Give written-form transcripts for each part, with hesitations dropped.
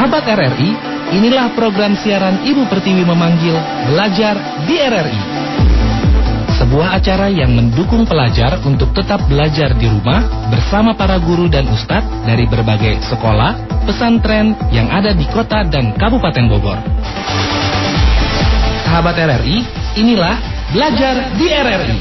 Sahabat RRI, inilah program siaran Ibu Pertiwi memanggil Belajar di RRI. Sebuah acara yang mendukung pelajar untuk tetap belajar di rumah bersama para guru dan ustadz dari berbagai sekolah, pesantren yang ada di kota dan Kabupaten Bogor. Sahabat RRI, inilah Belajar di RRI.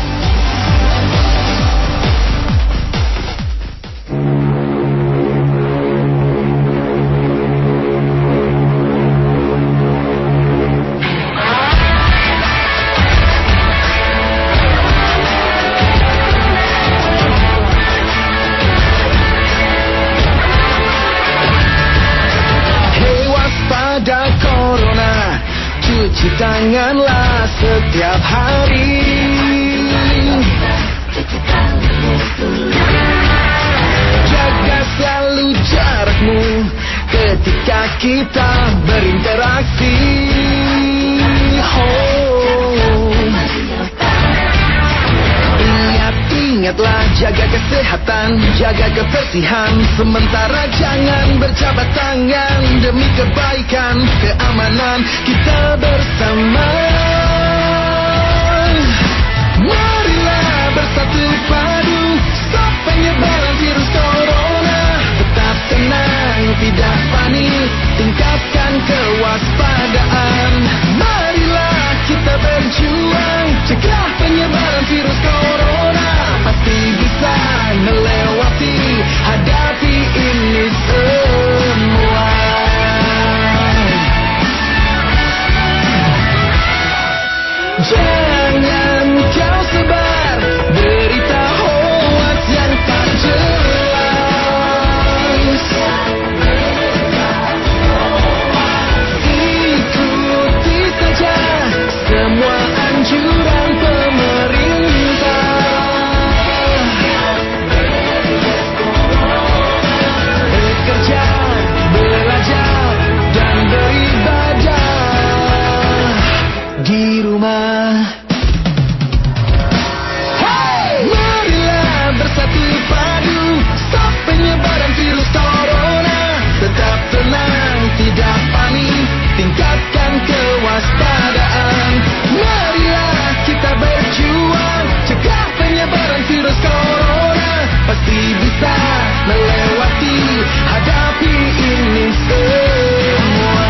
Cuci tanganlah setiap hari. Jaga selalu jarakmu ketika kita berinteraksi. Ingatlah jaga kesehatan, jaga kebersihan. Sementara jangan berjabat tangan demi kebaikan, keamanan kita bersama. Marilah bersatu padu, stop penyebaran virus corona. Tetap tenang, tidak panik, tingkatkan kewaspadaan. Marilah kita berjuang, cegah penyebaran virus corona. Pasti bisa melewati, hadapi ini semua. Jangan kau sebar berita hoax yang tak jelas. Ikuti saja semua anjuran pemerintah. Bekerja, belajar, dan beribadah di rumah. Marilah bersatu padu, stop penyebaran virus corona. Tetap tenang, tidak panik, tingkatkan kewaspadaan. Marilah kita berjuang, cegah penyebaran virus corona. Pasti bisa melewati, hadapi ini semua.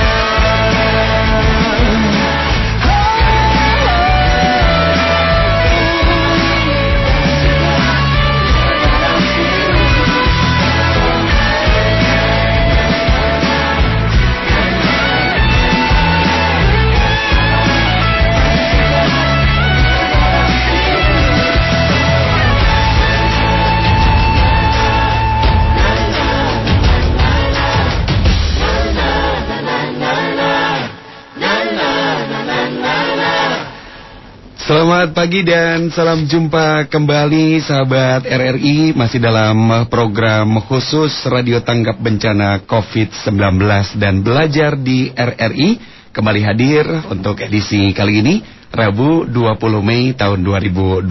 Selamat pagi dan salam jumpa kembali sahabat RRI. Masih dalam program khusus Radio Tanggap Bencana COVID-19 dan Belajar di RRI. Kembali hadir untuk edisi kali ini, Rabu 20 Mei tahun 2020.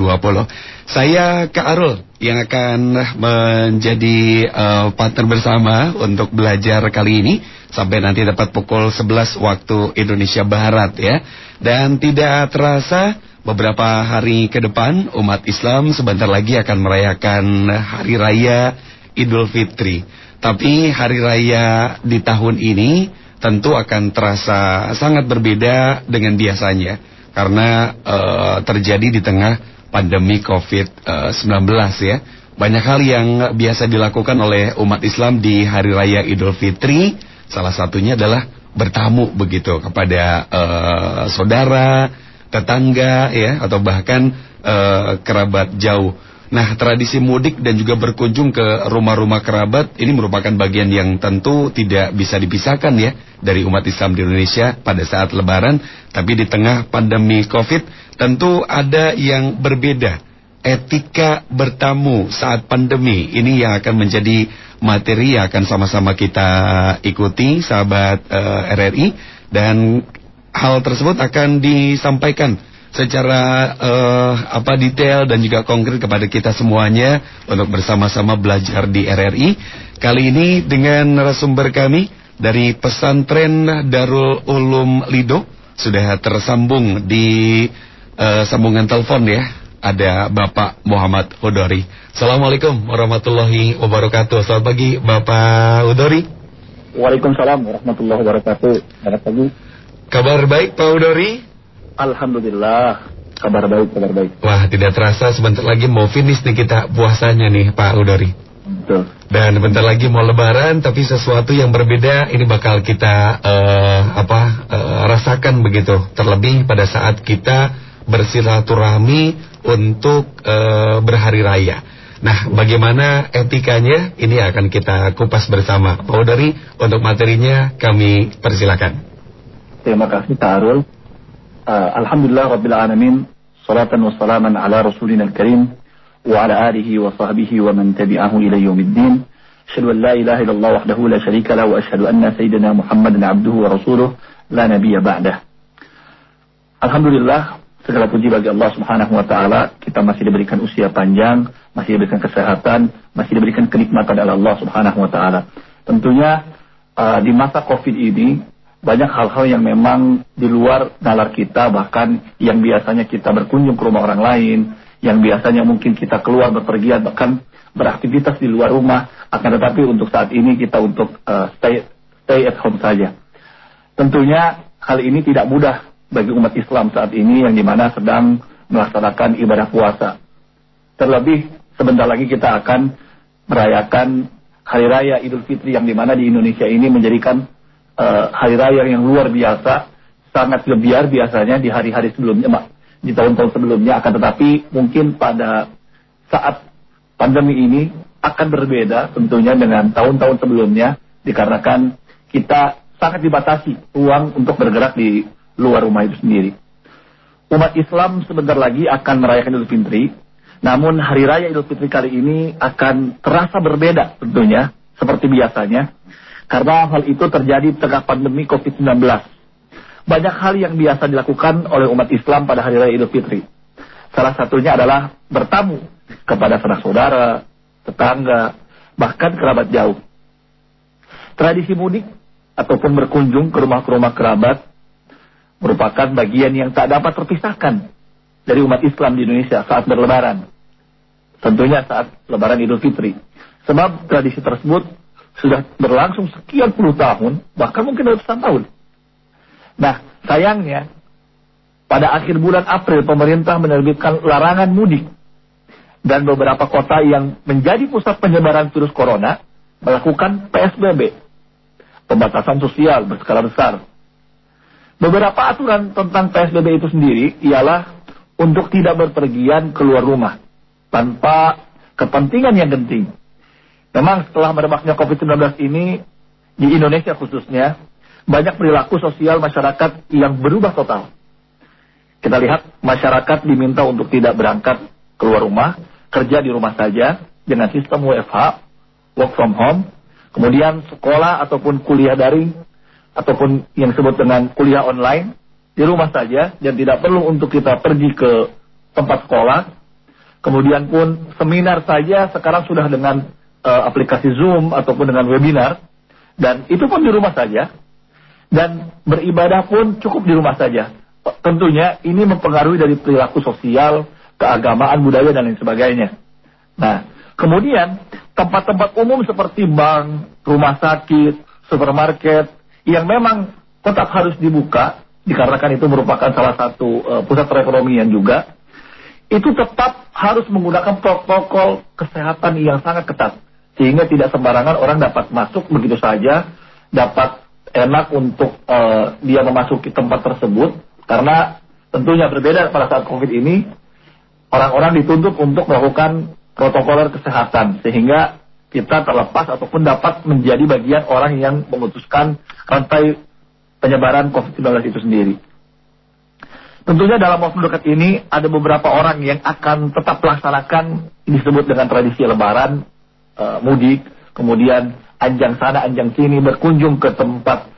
Saya Kak Arul yang akan menjadi partner bersama untuk belajar kali ini sampai nanti dapat pukul 11 waktu Indonesia Barat ya. Dan tidak terasa beberapa hari ke depan umat Islam sebentar lagi akan merayakan Hari Raya Idul Fitri. Tapi Hari Raya di tahun ini tentu akan terasa sangat berbeda dengan biasanya. Karena terjadi di tengah pandemi COVID-19 ya. Banyak hal yang biasa dilakukan oleh umat Islam di Hari Raya Idul Fitri. Salah satunya adalah bertamu begitu kepada saudara, tetangga ya, atau bahkan kerabat jauh. Nah, tradisi mudik dan juga berkunjung ke rumah-rumah kerabat ini merupakan bagian yang tentu tidak bisa dipisahkan ya dari umat Islam di Indonesia pada saat Lebaran. Tapi di tengah pandemi COVID tentu ada yang berbeda. Etika bertamu saat pandemi ini yang akan menjadi materi yang akan sama-sama kita ikuti sahabat RRI. Dan hal tersebut akan disampaikan secara detail dan juga konkret kepada kita semuanya untuk bersama-sama belajar di RRI. Kali ini dengan narasumber kami dari pesantren Darul Ulum Lido sudah tersambung di sambungan telepon ya. Ada Bapak Muhammad Hudori. Assalamualaikum warahmatullahi wabarakatuh. Selamat pagi Bapak Hudori. Waalaikumsalam warahmatullahi wabarakatuh. Selamat pagi. Kabar baik Pak Hudori? Alhamdulillah. Kabar baik. Wah, tidak terasa sebentar lagi mau finish nih kita puasanya nih Pak Hudori. Betul. Dan bentar lagi mau lebaran, tapi sesuatu yang berbeda ini bakal kita rasakan begitu. Terlebih pada saat kita bersilaturahmi untuk berhari raya. Nah, bagaimana etikanya? Ini akan kita kupas bersama. Pak Hudori, untuk materinya kami persilakan. Terima kasih Ta'arul. Alhamdulillah Rabbil Alamin. Salatan wa salaman ala Rasulina al-Karim wa ala alihi wa sahbihi wa man tabi'ahu ila yaumiddin. Asyhadu an la ilaha illallah wahdahu la syarika lahu wa asyhadu anna sayyidina Muhammadan abduhu wa rasuluh la nabiyya ba'dah. Alhamdulillah, segala puji bagi Allah Subhanahu wa taala, kita masih diberikan usia panjang, masih diberikan kesehatan, masih diberikan kenikmatan oleh Allah Subhanahu wa taala. Tentunya di masa Covid ini banyak hal-hal yang memang di luar nalar kita, bahkan yang biasanya kita berkunjung ke rumah orang lain, yang biasanya mungkin kita keluar berpergian, bahkan beraktivitas di luar rumah, akan tetapi untuk saat ini kita untuk stay at home saja. Tentunya hal ini tidak mudah bagi umat Islam saat ini yang dimana sedang melaksanakan ibadah puasa. Terlebih sebentar lagi kita akan merayakan Hari Raya Idul Fitri yang dimana di Indonesia ini menjadikan hari raya yang luar biasa, sangat lebiar biasanya di hari-hari sebelumnya, di tahun-tahun sebelumnya. Akan tetapi mungkin pada saat pandemi ini akan berbeda tentunya dengan tahun-tahun sebelumnya, dikarenakan kita sangat dibatasi ruang untuk bergerak di luar rumah itu sendiri. Umat Islam sebentar lagi akan merayakan Idul Fitri, namun hari raya Idul Fitri kali ini akan terasa berbeda tentunya seperti biasanya. Karena hal itu terjadi di tengah pandemi COVID-19. Banyak hal yang biasa dilakukan oleh umat Islam pada Hari Raya Idul Fitri. Salah satunya adalah bertamu kepada sanak saudara, tetangga, bahkan kerabat jauh. Tradisi mudik ataupun berkunjung ke rumah kerabat merupakan bagian yang tak dapat terpisahkan dari umat Islam di Indonesia saat berlebaran. Tentunya saat Lebaran Idul Fitri. Sebab tradisi tersebut sudah berlangsung sekian puluh tahun, bahkan mungkin ratusan tahun. Nah, sayangnya, pada akhir bulan April, pemerintah menerbitkan larangan mudik. Dan beberapa kota yang menjadi pusat penyebaran virus corona melakukan PSBB, pembatasan sosial berskala besar. Beberapa aturan tentang PSBB itu sendiri ialah untuk tidak berpergian keluar rumah tanpa kepentingan yang genting. Memang setelah merebaknya COVID-19 ini, di Indonesia khususnya, banyak perilaku sosial masyarakat yang berubah total. Kita lihat masyarakat diminta untuk tidak berangkat keluar rumah, kerja di rumah saja, dengan sistem WFH, work from home, kemudian sekolah ataupun kuliah daring, ataupun yang disebut dengan kuliah online, di rumah saja, dan tidak perlu untuk kita pergi ke tempat sekolah. Kemudian pun seminar saja sekarang sudah dengan aplikasi Zoom ataupun dengan webinar, dan itu pun di rumah saja, dan beribadah pun cukup di rumah saja. Tentunya ini mempengaruhi dari perilaku sosial, keagamaan, budaya, dan lain sebagainya. Nah, kemudian tempat-tempat umum seperti bank, rumah sakit, supermarket, yang memang tetap harus dibuka, dikarenakan itu merupakan salah satu pusat perekonomian juga, itu tetap harus menggunakan protokol kesehatan yang sangat ketat. Sehingga tidak sembarangan orang dapat masuk begitu saja, dapat enak untuk dia memasuki tempat tersebut. Karena tentunya berbeda pada saat COVID ini, orang-orang dituntut untuk melakukan protokol kesehatan. Sehingga kita terlepas ataupun dapat menjadi bagian orang yang memutuskan rantai penyebaran COVID-19 itu sendiri. Tentunya dalam waktu dekat ini ada beberapa orang yang akan tetap melaksanakan disebut dengan tradisi lebaran, mudik, kemudian anjang sana anjang sini, berkunjung ke tempat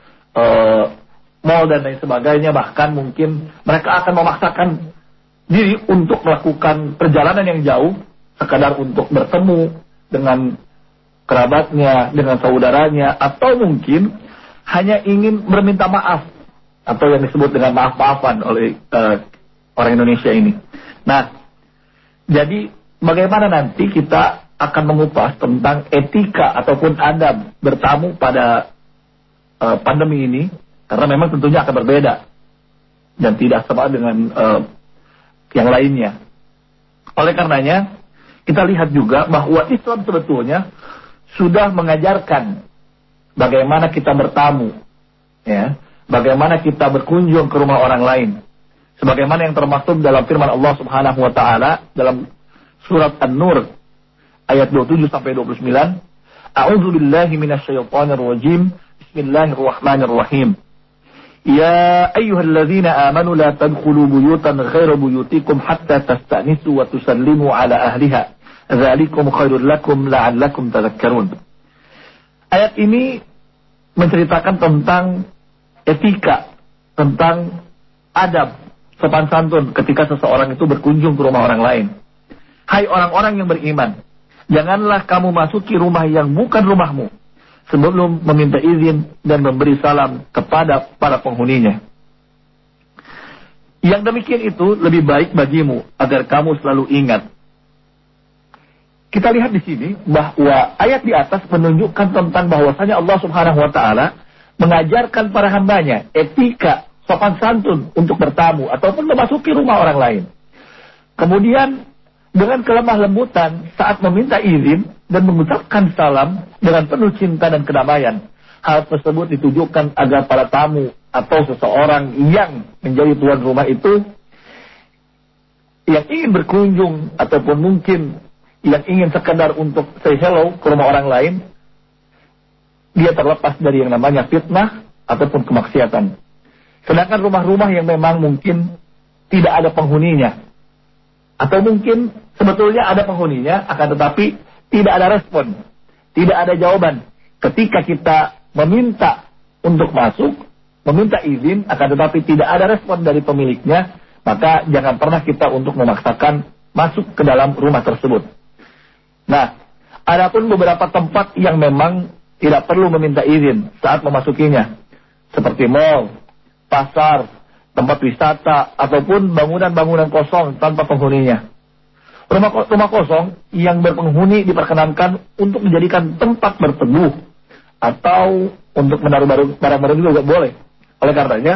mal dan lain sebagainya. Bahkan mungkin mereka akan memaksakan diri untuk melakukan perjalanan yang jauh, sekadar untuk bertemu dengan kerabatnya, dengan saudaranya, atau mungkin hanya ingin meminta maaf, atau yang disebut dengan maaf-maafan oleh orang Indonesia ini. Nah, jadi bagaimana nanti kita akan mengupas tentang etika ataupun adab bertamu pada pandemi ini, karena memang tentunya akan berbeda dan tidak sama dengan yang lainnya. Oleh karenanya, kita lihat juga bahwa Islam sebetulnya sudah mengajarkan bagaimana kita bertamu, ya, bagaimana kita berkunjung ke rumah orang lain. Sebagaimana yang termaktub dalam firman Allah Subhanahu wa taala dalam surat An-Nur ayat 27 sampai 29. A'udzu billahi minasyaitonir rajim. Bismillahirrahmanirrahim. Ya ayyuhalladzina amanu la tadkhulu buyutan ghaira buyutikum hatta tasta'nisu wa tusallimu ala ahliha. Dzalikum khairul lakum la'allakum tadhakkarun. Ayat ini menceritakan tentang etika, tentang adab, sopan santun ketika seseorang itu berkunjung ke rumah orang lain. Hai orang-orang yang beriman, janganlah kamu masuki rumah yang bukan rumahmu sebelum meminta izin dan memberi salam kepada para penghuninya. Yang demikian itu lebih baik bagimu agar kamu selalu ingat. Kita lihat di sini bahwa ayat di atas menunjukkan tentang bahwasanya Allah Subhanahu wa taala mengajarkan para hambanya etika, sopan santun untuk bertamu ataupun memasuki rumah orang lain. Kemudian dengan kelemah lembutan saat meminta izin dan mengucapkan salam dengan penuh cinta dan kedamaian. Hal tersebut ditujukan agar para tamu atau seseorang yang menjadi tuan rumah itu yang ingin berkunjung ataupun mungkin yang ingin sekedar untuk say hello ke rumah orang lain, dia terlepas dari yang namanya fitnah ataupun kemaksiatan. Sedangkan rumah-rumah yang memang mungkin tidak ada penghuninya, atau mungkin sebetulnya ada penghuninya, akan tetapi tidak ada respon, tidak ada jawaban. Ketika kita meminta untuk masuk, meminta izin, akan tetapi tidak ada respon dari pemiliknya, maka jangan pernah kita untuk memaksakan masuk ke dalam rumah tersebut. Nah, adapun beberapa tempat yang memang tidak perlu meminta izin saat memasukinya, seperti mal, pasar, tempat wisata, ataupun bangunan-bangunan kosong tanpa penghuninya. Rumah kosong yang berpenghuni diperkenankan untuk menjadikan tempat berteduh, atau untuk menaruh barang-barang juga boleh. Oleh karenanya,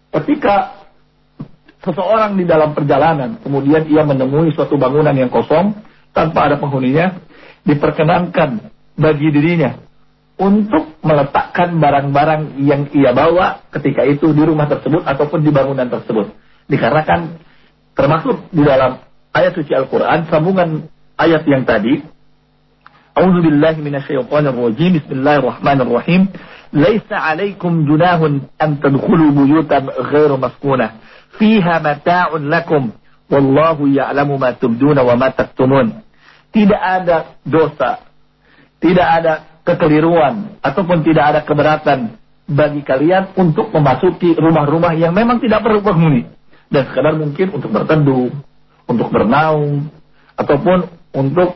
ketika seseorang di dalam perjalanan, kemudian ia menemui suatu bangunan yang kosong, tanpa ada penghuninya, diperkenankan bagi dirinya untuk meletakkan barang-barang yang ia bawa ketika itu di rumah tersebut ataupun di bangunan tersebut. Dikarenakan termasuk di dalam ayat suci Al-Quran, sambungan ayat yang tadi, A'udzubillahi minasyaitonir rajim, Bismillahirrahmanirrahim. Laisa 'alaikum junahun an tadkhulu buyutan ghairu maskunah fiha mata'un lakum wallahu ya'lamu ma tubduna wa ma taktumun. Tidak ada dosa, tidak ada kekeliruan, ataupun tidak ada keberatan bagi kalian untuk memasuki rumah-rumah yang memang tidak perlu penghuni, dan sekadar mungkin untuk berteduh, untuk bernaung, ataupun untuk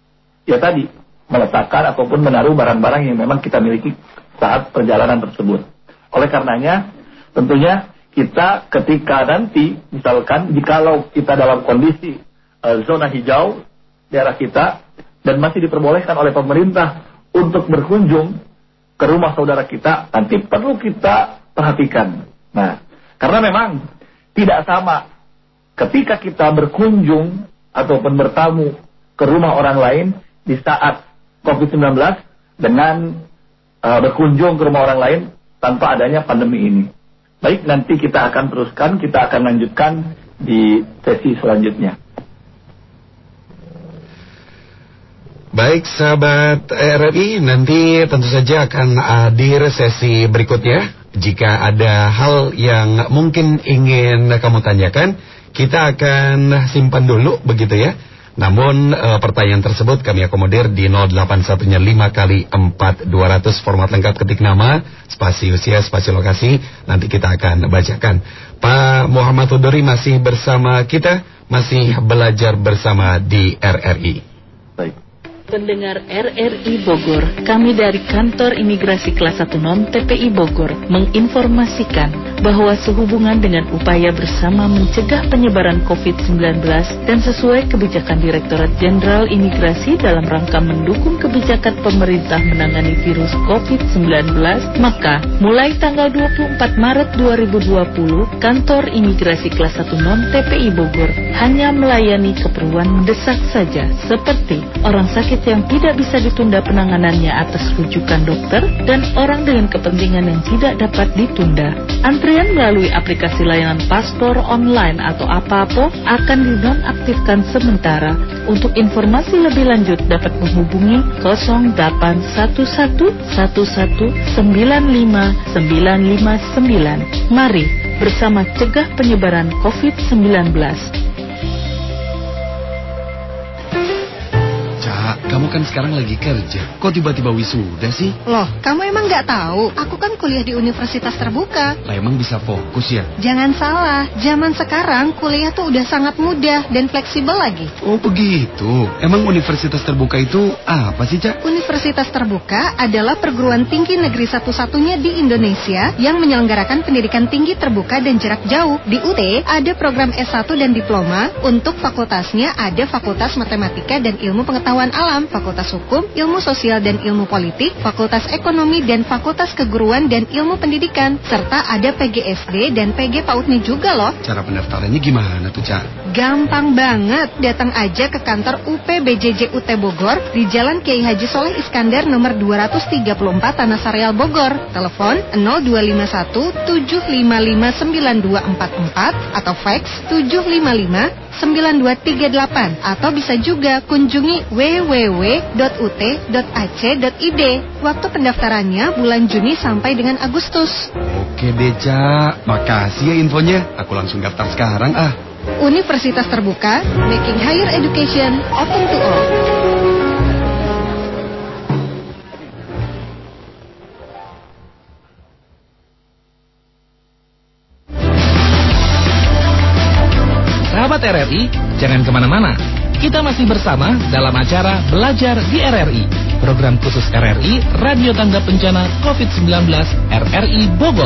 ya tadi meletakkan ataupun menaruh barang-barang yang memang kita miliki saat perjalanan tersebut. Oleh karenanya, tentunya kita ketika nanti, misalkan jikalau kita dalam kondisi zona hijau daerah kita, dan masih diperbolehkan oleh pemerintah untuk berkunjung ke rumah saudara kita, nanti perlu kita perhatikan. Nah, karena memang tidak sama ketika kita berkunjung ataupun bertamu ke rumah orang lain di saat COVID-19 dengan berkunjung ke rumah orang lain tanpa adanya pandemi ini. Baik, nanti kita akan teruskan, kita akan lanjutkan di sesi selanjutnya. Baik, sahabat RRI, nanti tentu saja akan hadir sesi berikutnya. Jika ada hal yang mungkin ingin kamu tanyakan, kita akan simpan dulu, begitu ya. Namun pertanyaan tersebut kami akomodir di 081-nya 5x4 200, format lengkap, ketik nama, spasi usia, spasi lokasi, nanti kita akan bacakan. Pak Muhammad Hudori masih bersama kita, masih belajar bersama di RRI. Baik. Pendengar RRI Bogor, kami dari Kantor Imigrasi Kelas 1 Non TPI Bogor menginformasikan bahwa sehubungan dengan upaya bersama mencegah penyebaran COVID-19 dan sesuai kebijakan Direktorat Jenderal Imigrasi dalam rangka mendukung kebijakan pemerintah menangani virus COVID-19, maka mulai tanggal 24 Maret 2020, Kantor Imigrasi Kelas 1 Non TPI Bogor hanya melayani keperluan mendesak saja, seperti orang sakit yang tidak bisa ditunda penanganannya atas rujukan dokter dan orang dengan kepentingan yang tidak dapat ditunda. Antrian melalui aplikasi layanan paspor online atau APAPO akan dinonaktifkan sementara. Untuk informasi lebih lanjut dapat menghubungi 0811119599. Mari bersama cegah penyebaran COVID-19. Kamu kan sekarang lagi kerja. Kok tiba-tiba wisuda sih? Loh, kamu emang nggak tahu? Aku kan kuliah di universitas terbuka. Lah emang bisa fokus ya? Jangan salah, zaman sekarang kuliah tuh udah sangat mudah dan fleksibel lagi. Oh begitu. Emang universitas terbuka itu apa sih, Cak? Universitas terbuka adalah perguruan tinggi negeri satu-satunya di Indonesia yang menyelenggarakan pendidikan tinggi terbuka dan jarak jauh. Di UT ada program S1 dan diploma. Untuk fakultasnya ada Fakultas Matematika dan Ilmu Pengetahuan Alam, Fakultas Hukum, Ilmu Sosial dan Ilmu Politik, Fakultas Ekonomi dan Fakultas Keguruan dan Ilmu Pendidikan, serta ada PGSD dan PG PAUD-nya juga loh. Cara pendaftarannya gimana tuh, Cak? Gampang banget, datang aja ke kantor UPBJJ UT Bogor di Jalan Kiai Haji Soleh Iskandar nomor 234 Tanah Sareal Bogor. Telepon 0251 755 9244 atau fax 755 9238 atau bisa juga kunjungi www.ut.ac.id. Waktu pendaftarannya bulan Juni sampai dengan Agustus. Oke deh, Cak. Makasih ya infonya. Aku langsung daftar sekarang ah. Universitas Terbuka, making higher education open to all. Sahabat RRI, jangan kemana-mana. Kita masih bersama dalam acara Belajar di RRI, program khusus RRI, Radio Tanggap Bencana COVID-19 RRI Bogor.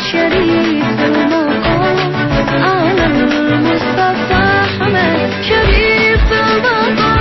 شريف المقام على المصطفى أحمد شريف المقام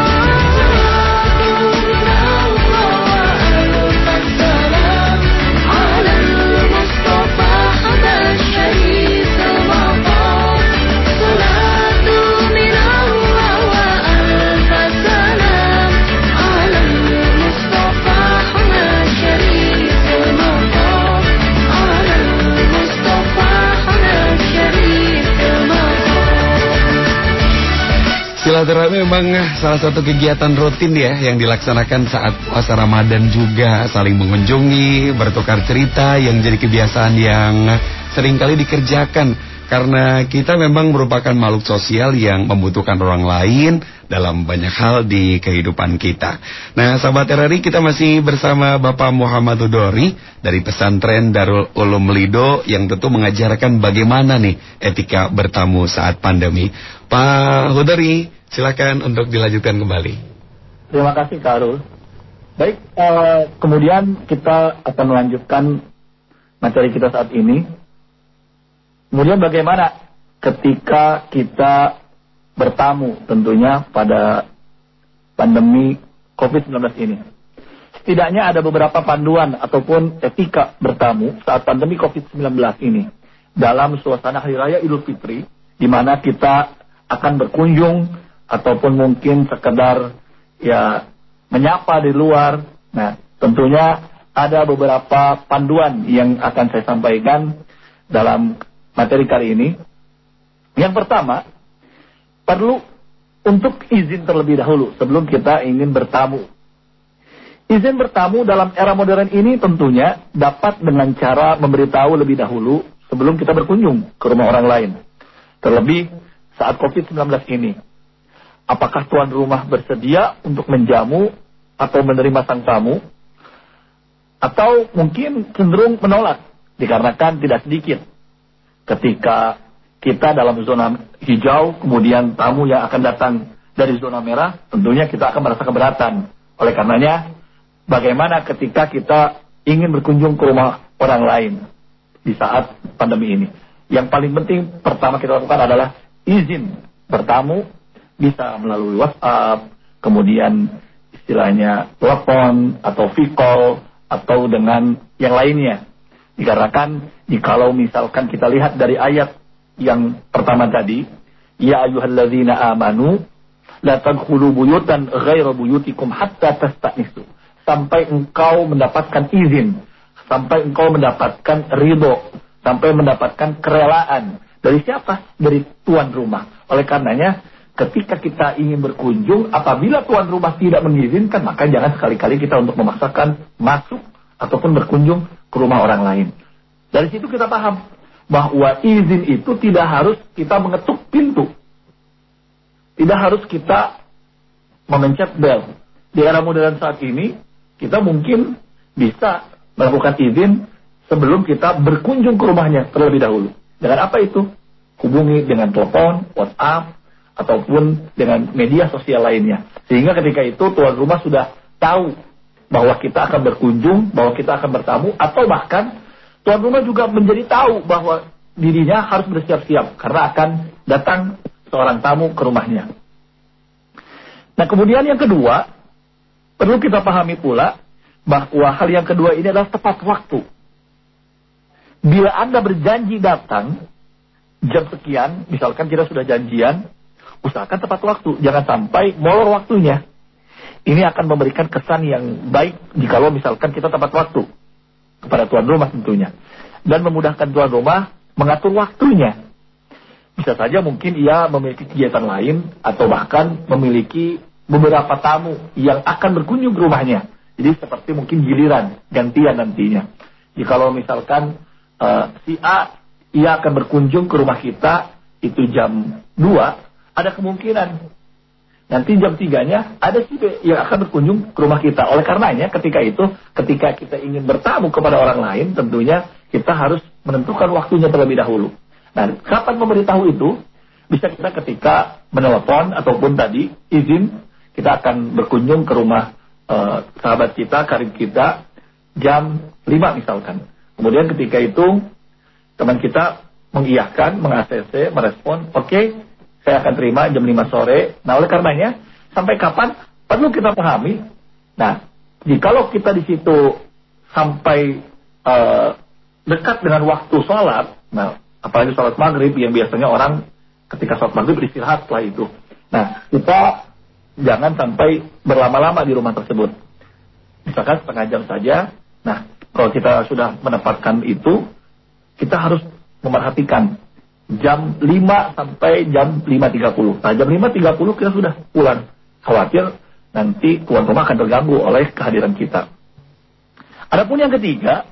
Silaturahmi memang salah satu kegiatan rutin ya yang dilaksanakan saat puasa Ramadan juga, saling mengunjungi, bertukar cerita yang jadi kebiasaan yang seringkali dikerjakan karena kita memang merupakan makhluk sosial yang membutuhkan orang lain dalam banyak hal di kehidupan kita. Nah, sahabat RRI, kita masih bersama Bapak Muhammad Hudori dari Pesantren Darul Ulum Lido yang tentu mengajarkan bagaimana nih etika bertamu saat pandemi. Pak Hudori, silakan untuk dilanjutkan kembali. Terima kasih Kak Arul. Baik, kemudian kita akan melanjutkan materi kita saat ini. Kemudian bagaimana ketika kita bertamu tentunya pada pandemi COVID-19 ini. Setidaknya ada beberapa panduan ataupun etika bertamu saat pandemi COVID-19 ini. Dalam suasana Hari Raya Idul Fitri, di mana kita akan berkunjung ataupun mungkin sekedar ya menyapa di luar. Nah, tentunya ada beberapa panduan yang akan saya sampaikan dalam materi kali ini. Yang pertama, perlu untuk izin terlebih dahulu sebelum kita ingin bertamu. Izin bertamu dalam era modern ini tentunya dapat dengan cara memberitahu lebih dahulu sebelum kita berkunjung ke rumah orang lain. Terlebih saat COVID-19 ini. Apakah tuan rumah bersedia untuk menjamu atau menerima sang tamu? Atau mungkin cenderung menolak dikarenakan tidak sedikit ketika kita dalam zona hijau, kemudian tamu yang akan datang dari zona merah, tentunya kita akan merasa keberatan. Oleh karenanya, bagaimana ketika kita ingin berkunjung ke rumah orang lain di saat pandemi ini? Yang paling penting pertama kita lakukan adalah izin bertamu, bisa melalui WhatsApp, kemudian istilahnya telepon atau V-call atau dengan yang lainnya. Dikarenakan jikalau misalkan kita lihat dari ayat yang pertama tadi, ya ayyuhalladzina amanu la tadkhulu buyutan ghaira buyutikum hatta tastanisu, sampai engkau mendapatkan izin, sampai engkau mendapatkan ridho, sampai mendapatkan kerelaan dari siapa? Dari tuan rumah. Oleh karenanya ketika kita ingin berkunjung, apabila tuan rumah tidak mengizinkan, maka jangan sekali-kali kita untuk memaksakan masuk ataupun berkunjung ke rumah orang lain. Dari situ kita paham bahwa izin itu tidak harus kita mengetuk pintu. Tidak harus kita memencet bel. Di era modern saat ini, kita mungkin bisa melakukan izin sebelum kita berkunjung ke rumahnya terlebih dahulu. Dengan apa itu? Hubungi dengan telepon, WhatsApp, ataupun dengan media sosial lainnya. Sehingga ketika itu tuan rumah sudah tahu bahwa kita akan berkunjung, bahwa kita akan bertamu, atau bahkan tuan rumah juga menjadi tahu bahwa dirinya harus bersiap-siap karena akan datang seorang tamu ke rumahnya. Nah, kemudian yang kedua, perlu kita pahami pula bahwa hal yang kedua ini adalah tepat waktu. Bila Anda berjanji datang jam sekian, misalkan kita sudah janjian, usahakan tepat waktu, jangan sampai molor waktunya. Ini akan memberikan kesan yang baik jikalau misalkan kita tepat waktu kepada tuan rumah tentunya. Dan memudahkan tuan rumah mengatur waktunya. Bisa saja mungkin ia memiliki kegiatan lain atau bahkan memiliki beberapa tamu yang akan berkunjung ke rumahnya. Jadi seperti mungkin giliran, gantian nantinya. Jikalau misalkan si A, ia akan berkunjung ke rumah kita itu jam 2, ada kemungkinan nanti jam 3-nya ada si B yang akan berkunjung ke rumah kita. Oleh karenanya ketika itu, ketika kita ingin bertamu kepada orang lain, tentunya kita harus menentukan waktunya terlebih dahulu. Nah, kapan memberitahu itu? Bisa kita ketika menelepon ataupun tadi izin kita akan berkunjung ke rumah sahabat kita, karib kita jam 5 misalkan. Kemudian ketika itu teman kita mengiyahkan, meng-ACC, merespon, oke, saya akan terima jam 5 sore. Nah, oleh karenanya, sampai kapan perlu kita pahami. Nah, jikalau kita di situ sampai dekat dengan waktu sholat, nah, apalagi sholat maghrib yang biasanya orang ketika sholat maghrib istirahat setelah itu. Nah, kita jangan sampai berlama-lama di rumah tersebut. Misalkan setengah jam saja. Nah, kalau kita sudah menempatkan itu, kita harus memerhatikan jam 5 sampai jam 5.30. Nah, jam 5.30 kita sudah pulang. Khawatir nanti tuan rumah akan terganggu oleh kehadiran kita. Adapun yang ketiga,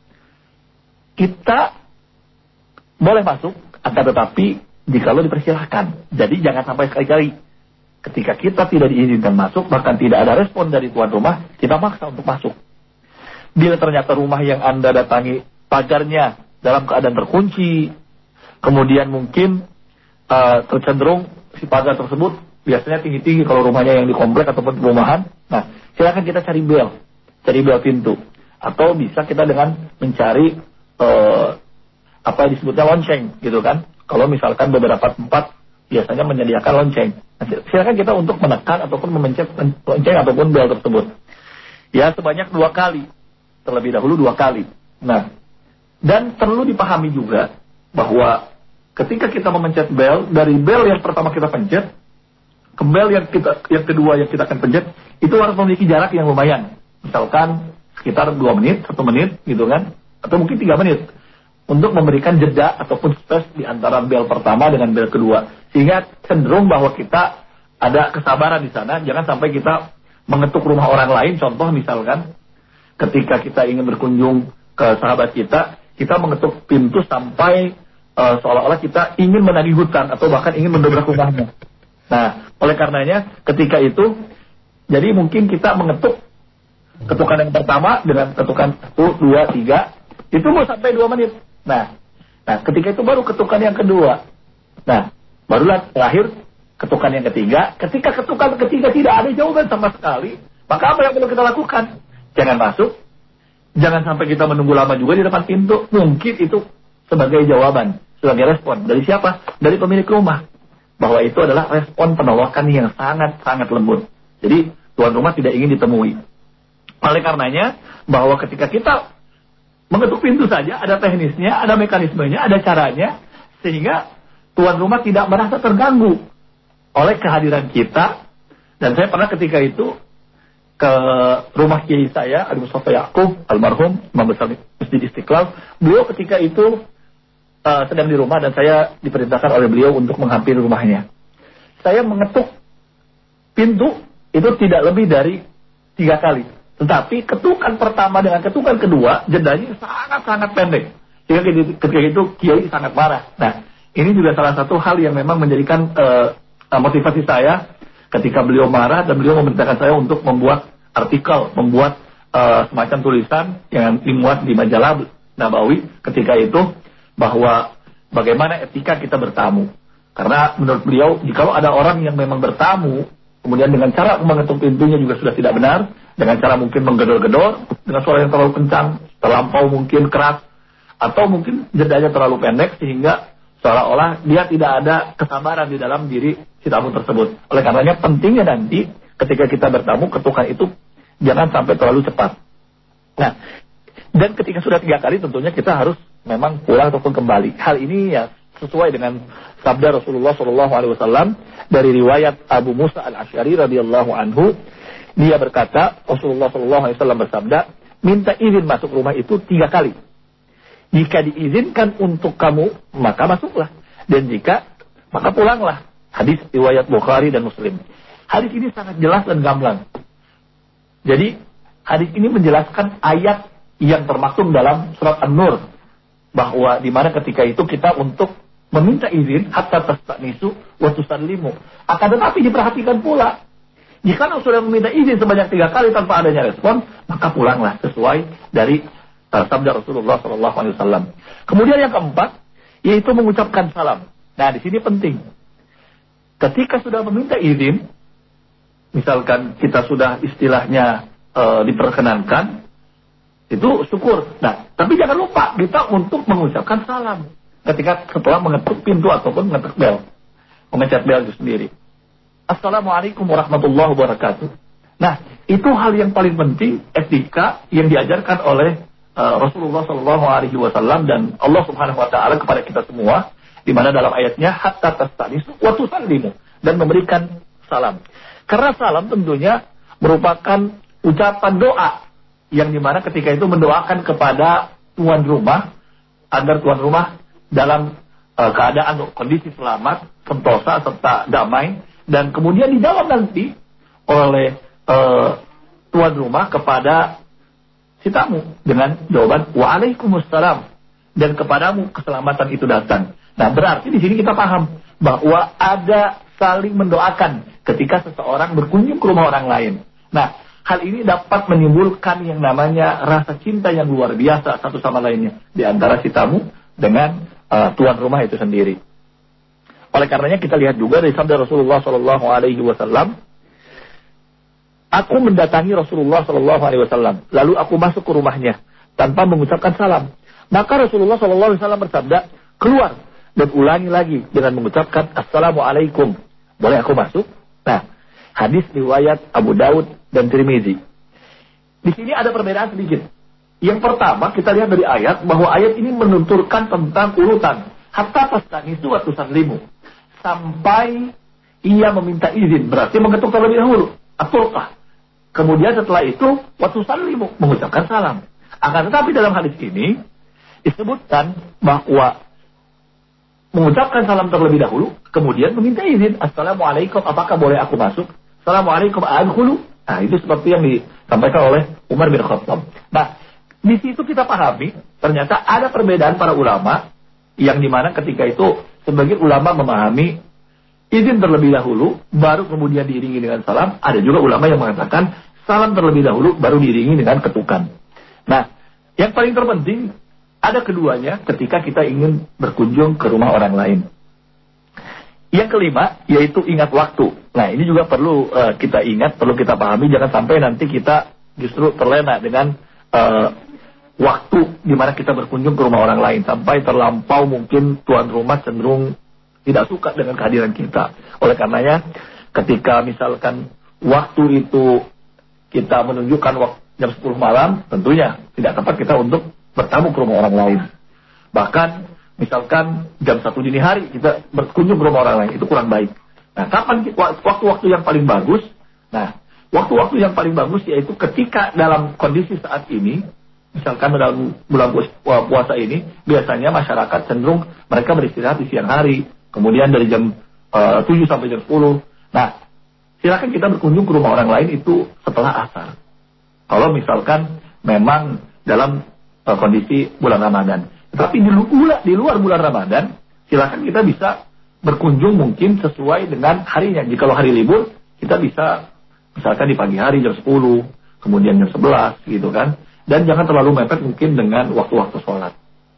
kita boleh masuk, akan tetapi jikalau dipersilahkan. Jadi jangan sampai sekali-kali ketika kita tidak diizinkan masuk, bahkan tidak ada respon dari tuan rumah, kita maksa untuk masuk. Bila ternyata rumah yang Anda datangi pagarnya dalam keadaan terkunci, kemudian mungkin tercenderung si pagar tersebut biasanya tinggi-tinggi kalau rumahnya yang di komplek ataupun perumahan. Nah, silakan kita cari bel pintu. Atau bisa kita dengan mencari apa yang disebutnya lonceng, gitu kan. Kalau misalkan beberapa tempat biasanya menyediakan lonceng. Nah, silakan kita untuk menekan ataupun memencet lonceng ataupun bel tersebut. Ya, sebanyak 2 kali. Terlebih dahulu 2 kali. Nah, dan perlu dipahami juga bahwa ketika kita memencet bel, dari bel yang pertama kita pencet ke bel yang kedua yang kita akan pencet, itu harus memiliki jarak yang lumayan. Misalkan sekitar 2 menit, 1 menit, gitu kan. Atau mungkin 3 menit. Untuk memberikan jeda ataupun space di antara bel pertama dengan bel kedua. Sehingga cenderung bahwa kita ada kesabaran di sana. Jangan sampai kita mengetuk rumah orang lain. Contoh misalkan ketika kita ingin berkunjung ke sahabat kita mengetuk pintu sampai seolah-olah kita ingin menagih hutang atau bahkan ingin mendobrak rumahnya. Nah, oleh karenanya ketika itu, jadi mungkin kita mengetuk ketukan yang pertama dengan ketukan 1, 2, 3, itu mau sampai 2 menit. Nah, ketika itu baru ketukan yang kedua. Nah, barulah terakhir ketukan yang ketiga. Ketika ketukan ketiga tidak ada jawaban sama sekali, maka apa yang perlu kita lakukan? Jangan masuk. Jangan sampai kita menunggu lama juga di depan pintu. Mungkin itu sebagai jawaban, sebagai respon. Dari siapa? Dari pemilik rumah. Bahwa itu adalah respon penolakan yang sangat-sangat lembut. Jadi, tuan rumah tidak ingin ditemui. Oleh karenanya, bahwa ketika kita mengetuk pintu saja, ada teknisnya, ada mekanismenya, ada caranya, sehingga tuan rumah tidak merasa terganggu oleh kehadiran kita. Dan saya pernah ketika itu ke rumah kiai saya, Adi Mustafa Yaqub, almarhum, Imam Besar Masjid Istiqlal. Beliau ketika itu sedang di rumah dan saya diperintahkan oleh beliau untuk menghampiri rumahnya. Saya mengetuk pintu itu tidak lebih dari 3 kali. Tetapi ketukan pertama dengan ketukan kedua, jedanya sangat-sangat pendek. Sehingga ketika itu kiai sangat marah. Nah, ini juga salah satu hal yang memang menjadikan motivasi saya ketika beliau marah dan beliau memerintahkan saya untuk membuat artikel, membuat semacam tulisan yang dimuat di majalah Nabawi ketika itu, bahwa bagaimana etika kita bertamu. Karena menurut beliau, jikalau ada orang yang memang bertamu, kemudian dengan cara mengetuk pintunya juga sudah tidak benar, dengan cara mungkin menggedor-gedor, dengan suara yang terlalu kencang, terlampau mungkin keras, atau mungkin jedanya terlalu pendek, sehingga seolah-olah dia tidak ada kesabaran di dalam diri si tamu tersebut. Oleh karenanya pentingnya nanti ketika kita bertamu, ketukan itu jangan sampai terlalu cepat. Nah, dan ketika sudah 3 kali tentunya kita harus memang pulang ataupun kembali. Hal ini ya sesuai dengan sabda Rasulullah SAW dari riwayat Abu Musa al-Asy'ari radhiyallahu anhu. Dia berkata, Rasulullah SAW bersabda, minta izin masuk rumah itu 3 kali. Jika diizinkan untuk kamu, maka masuklah. Dan jika, maka pulanglah. Hadis riwayat Bukhari dan Muslim. Hadis ini sangat jelas dan gamblang. Jadi, hadis ini menjelaskan ayat yang termaktub dalam surat An-Nur. Bahwa di mana ketika itu kita untuk meminta izin, hatta tastanisu wa tusallimu. Akan tetapi diperhatikan pula. Jika sudah meminta izin sebanyak 3 kali tanpa adanya respon, maka pulanglah sesuai dari sabda Rasulullah SAW. Kemudian yang keempat, yaitu mengucapkan salam. Nah, di sini penting. Ketika sudah meminta izin, misalkan kita sudah istilahnya diperkenankan, Itu syukur. Nah, tapi jangan lupa kita untuk mengucapkan salam ketika setelah mengetuk pintu ataupun mengetuk bel. Memencet bel itu sendiri. Assalamualaikum warahmatullahi wabarakatuh. Nah, itu hal yang paling penting etika yang diajarkan oleh Rasulullah SAW dan Allah Subhanahu Wa Taala kepada kita semua, di mana dalam ayatnya hatta tastanisu wa tusallimu, dan memberikan salam. Karena salam tentunya merupakan ucapan doa yang dimana ketika itu mendoakan kepada tuan rumah agar tuan rumah dalam keadaan kondisi selamat, sentosa serta damai, dan kemudian dijawab nanti oleh tuan rumah kepada si tamu dengan jawaban waalaikumsalam, dan kepadamu keselamatan itu datang. Nah, berarti di sini kita paham bahwa ada saling mendoakan ketika seseorang berkunjung ke rumah orang lain. Nah, hal ini dapat menimbulkan yang namanya rasa cinta yang luar biasa satu sama lainnya di antara si tamu dengan tuan rumah itu sendiri. Oleh karenanya kita lihat juga dari sabda Rasulullah SAW, aku mendatangi Rasulullah SAW, lalu aku masuk ke rumahnya tanpa mengucapkan salam. Maka Rasulullah SAW bersabda, keluar dan ulangi lagi dengan mengucapkan Assalamualaikum. Boleh aku masuk? Nah, hadis riwayat Abu Daud dan Tirmizi. Di sini ada perbedaan sedikit. Yang pertama, kita lihat dari ayat bahwa ayat ini menunturkan tentang urutan hatta tastanisu wa tusallimu, sampai ia meminta izin, berarti mengetuk terlebih dahulu, atulqah. Kemudian setelah itu wa tusallimu, mengucapkan salam. Akan tetapi dalam hadis ini disebutkan bahwa mengucapkan salam terlebih dahulu, kemudian meminta izin. Assalamualaikum, apakah boleh aku masuk? Assalamualaikum, adkhulu. Nah, itu seperti yang disampaikan oleh Umar bin Khattab. Nah, di situ kita pahami, ternyata ada perbedaan para ulama, yang dimana ketika itu sebagian ulama memahami izin terlebih dahulu, baru kemudian diiringi dengan salam. Ada juga ulama yang mengatakan salam terlebih dahulu, baru diiringi dengan ketukan. Nah, yang paling terpenting, ada keduanya ketika kita ingin berkunjung ke rumah orang lain. Yang kelima, yaitu ingat waktu. Nah, ini juga perlu kita ingat, perlu kita pahami, jangan sampai nanti kita justru terlena dengan waktu di mana kita berkunjung ke rumah orang lain, sampai terlampau mungkin tuan rumah cenderung tidak suka dengan kehadiran kita. Oleh karenanya, ketika misalkan waktu itu kita menunjukkan jam 10 malam, tentunya tidak tepat kita untuk bertamu ke rumah orang lain. Bahkan misalkan jam 1 dini hari kita berkunjung ke rumah orang lain, itu kurang baik. Nah, kapan waktu-waktu yang paling bagus? Nah, waktu-waktu yang paling bagus yaitu ketika dalam kondisi saat ini, misalkan dalam bulan puasa ini, biasanya masyarakat cenderung mereka beristirahat di siang hari, kemudian dari jam 7 sampai jam 10. Nah, silakan kita berkunjung ke rumah orang lain itu setelah asar. Kalau misalkan memang dalam kondisi bulan Ramadan. Tetapi di luar bulan Ramadan, silakan kita bisa berkunjung mungkin sesuai dengan harinya. Jika hari libur, kita bisa misalkan di pagi hari jam 10, kemudian jam 11 gitu kan. Dan jangan terlalu mepet mungkin dengan waktu-waktu sholat.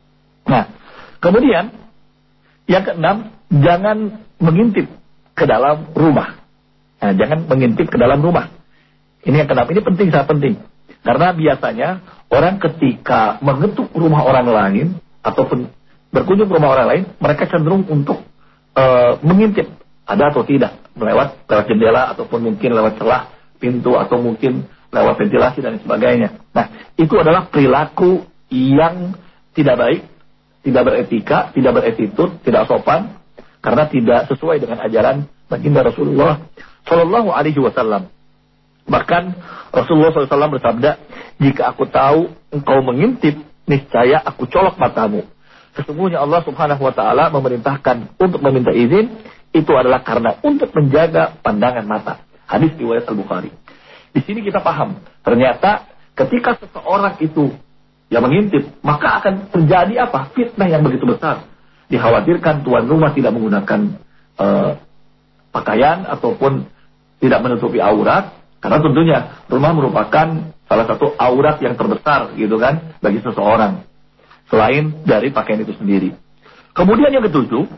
Nah, kemudian yang keenam, jangan mengintip ke dalam rumah. Nah, jangan mengintip ke dalam rumah. Ini yang keenam, ini penting, sangat penting. Karena biasanya orang ketika mengetuk rumah orang lain ataupun berkunjung ke rumah orang lain, mereka cenderung untuk mengintip ada atau tidak lewat jendela ataupun mungkin lewat celah pintu atau mungkin lewat ventilasi dan sebagainya. Nah, itu adalah perilaku yang tidak baik, tidak beretika, tidak beretitut, tidak sopan, karena tidak sesuai dengan ajaran baginda Rasulullah Shallallahu Alaihi Wasallam. Bahkan Rasulullah SAW bersabda, jika aku tahu engkau mengintip, niscaya aku colok matamu. Sesungguhnya Allah Subhanahu Wa Taala memerintahkan untuk meminta izin, itu adalah karena untuk menjaga pandangan mata. Hadis riwayat Al-Bukhari. Di sini kita paham, ternyata ketika seseorang itu yang mengintip, maka akan terjadi apa? Fitnah yang begitu besar. Dikhawatirkan tuan rumah tidak menggunakan pakaian ataupun tidak menutupi aurat, karena tentunya rumah merupakan salah satu aurat yang terbesar gitu kan bagi seseorang, selain dari pakaian itu sendiri. Kemudian yang ketujuh,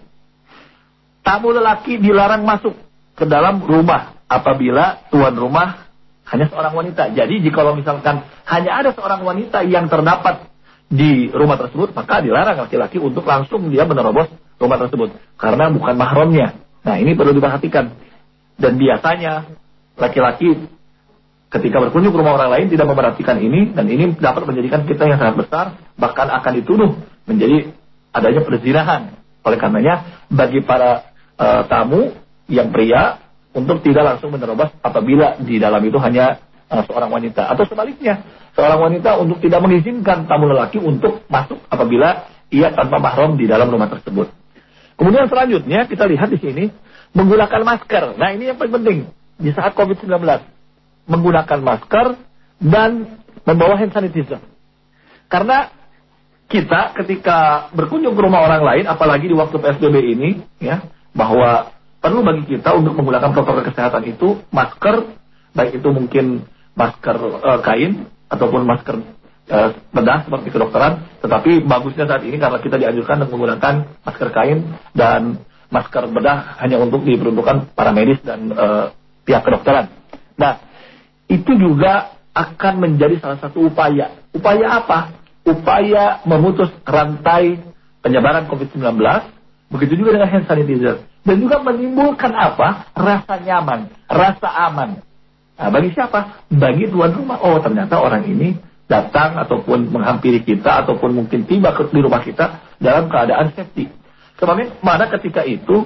tamu lelaki dilarang masuk ke dalam rumah apabila tuan rumah hanya seorang wanita. Jadi jikalau misalkan hanya ada seorang wanita yang terdapat di rumah tersebut, maka dilarang laki-laki untuk langsung dia menerobos rumah tersebut karena bukan mahramnya. Nah, ini perlu diperhatikan. Dan biasanya laki-laki ketika berkunjung ke rumah orang lain tidak memperhatikan ini, dan ini dapat menjadikan kita yang sangat besar, bahkan akan dituduh menjadi adanya perzinahan. Oleh karenanya bagi para tamu yang pria untuk tidak langsung menerobos apabila di dalam itu hanya seorang wanita, atau sebaliknya seorang wanita untuk tidak mengizinkan tamu lelaki untuk masuk apabila ia tanpa mahram di dalam rumah tersebut. Kemudian selanjutnya kita lihat di sini menggunakan masker. Nah, ini yang paling penting di saat COVID-19, menggunakan masker dan membawa hand sanitizer. Karena kita ketika berkunjung ke rumah orang lain, apalagi di waktu PSBB ini, ya, bahwa perlu bagi kita untuk menggunakan protokol kesehatan itu, masker, baik itu mungkin masker kain ataupun masker bedah seperti kedokteran, tetapi bagusnya saat ini karena kita dianjurkan untuk menggunakan masker kain dan masker bedah hanya untuk diperuntukkan para medis dan pihak kedokteran. Nah, itu juga akan menjadi salah satu upaya. Upaya apa? Upaya memutus rantai penyebaran COVID-19, begitu juga dengan hand sanitizer. Dan juga menimbulkan apa? Rasa nyaman, rasa aman. Nah, bagi siapa? Bagi tuan rumah. Oh, ternyata orang ini datang ataupun menghampiri kita ataupun mungkin tiba di rumah kita dalam keadaan safety. Sebagaimana ketika itu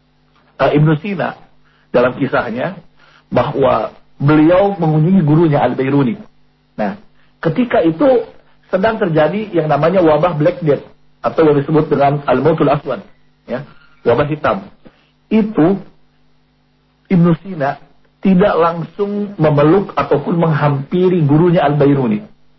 Ibnu Sina dalam kisahnya bahwa beliau mengunjungi gurunya Al-Bairuni. Nah, ketika itu sedang terjadi yang namanya wabah Black Death atau yang disebut dengan Al-Mautul Aswad, ya, wabah hitam. Itu Ibnu Sina tidak langsung memeluk ataupun menghampiri gurunya Al-Bairuni.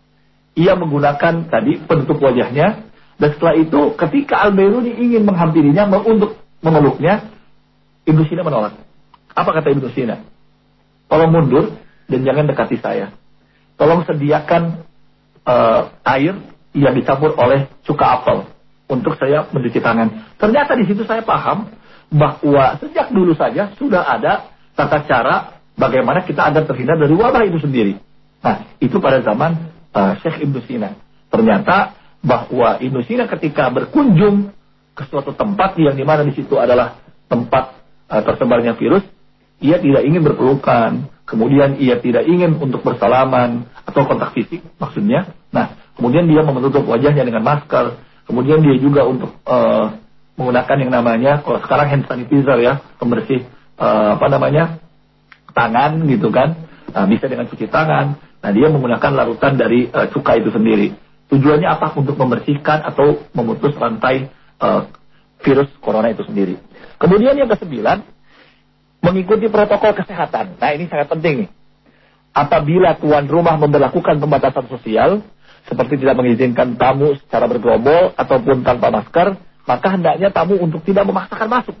Ia menggunakan tadi penutup wajahnya, dan setelah itu ketika Al-Bairuni ingin menghampirinya untuk memeluknya, Ibnu Sina menolak. Apa kata Ibnu Sina? Tolong mundur dan jangan dekati saya. Tolong sediakan air yang dicampur oleh cuka apel untuk saya mencuci tangan. Ternyata di situ saya paham bahwa sejak dulu saja sudah ada tata cara bagaimana kita agar terhindar dari wabah itu sendiri. Nah, itu pada zaman Syekh Ibnu Sina. Ternyata bahwa Ibnu Sina ketika berkunjung ke suatu tempat yang dimana di situ adalah tempat tersebarnya virus, ia tidak ingin berpelukan, kemudian ia tidak ingin untuk bersalaman atau kontak fisik maksudnya. Nah, kemudian dia menutup wajahnya dengan masker, kemudian dia juga untuk menggunakan yang namanya, kalau sekarang hand sanitizer ya, pembersih tangan gitu kan. Nah, bisa dengan cuci tangan. Nah, dia menggunakan larutan dari cuka itu sendiri. Tujuannya apa? Untuk membersihkan atau memutus rantai virus corona itu sendiri. Kemudian yang ke-9, mengikuti protokol kesehatan. Nah, ini sangat penting nih. Apabila tuan rumah memberlakukan pembatasan sosial, seperti tidak mengizinkan tamu secara bergerombol ataupun tanpa masker, maka hendaknya tamu untuk tidak memaksakan masuk.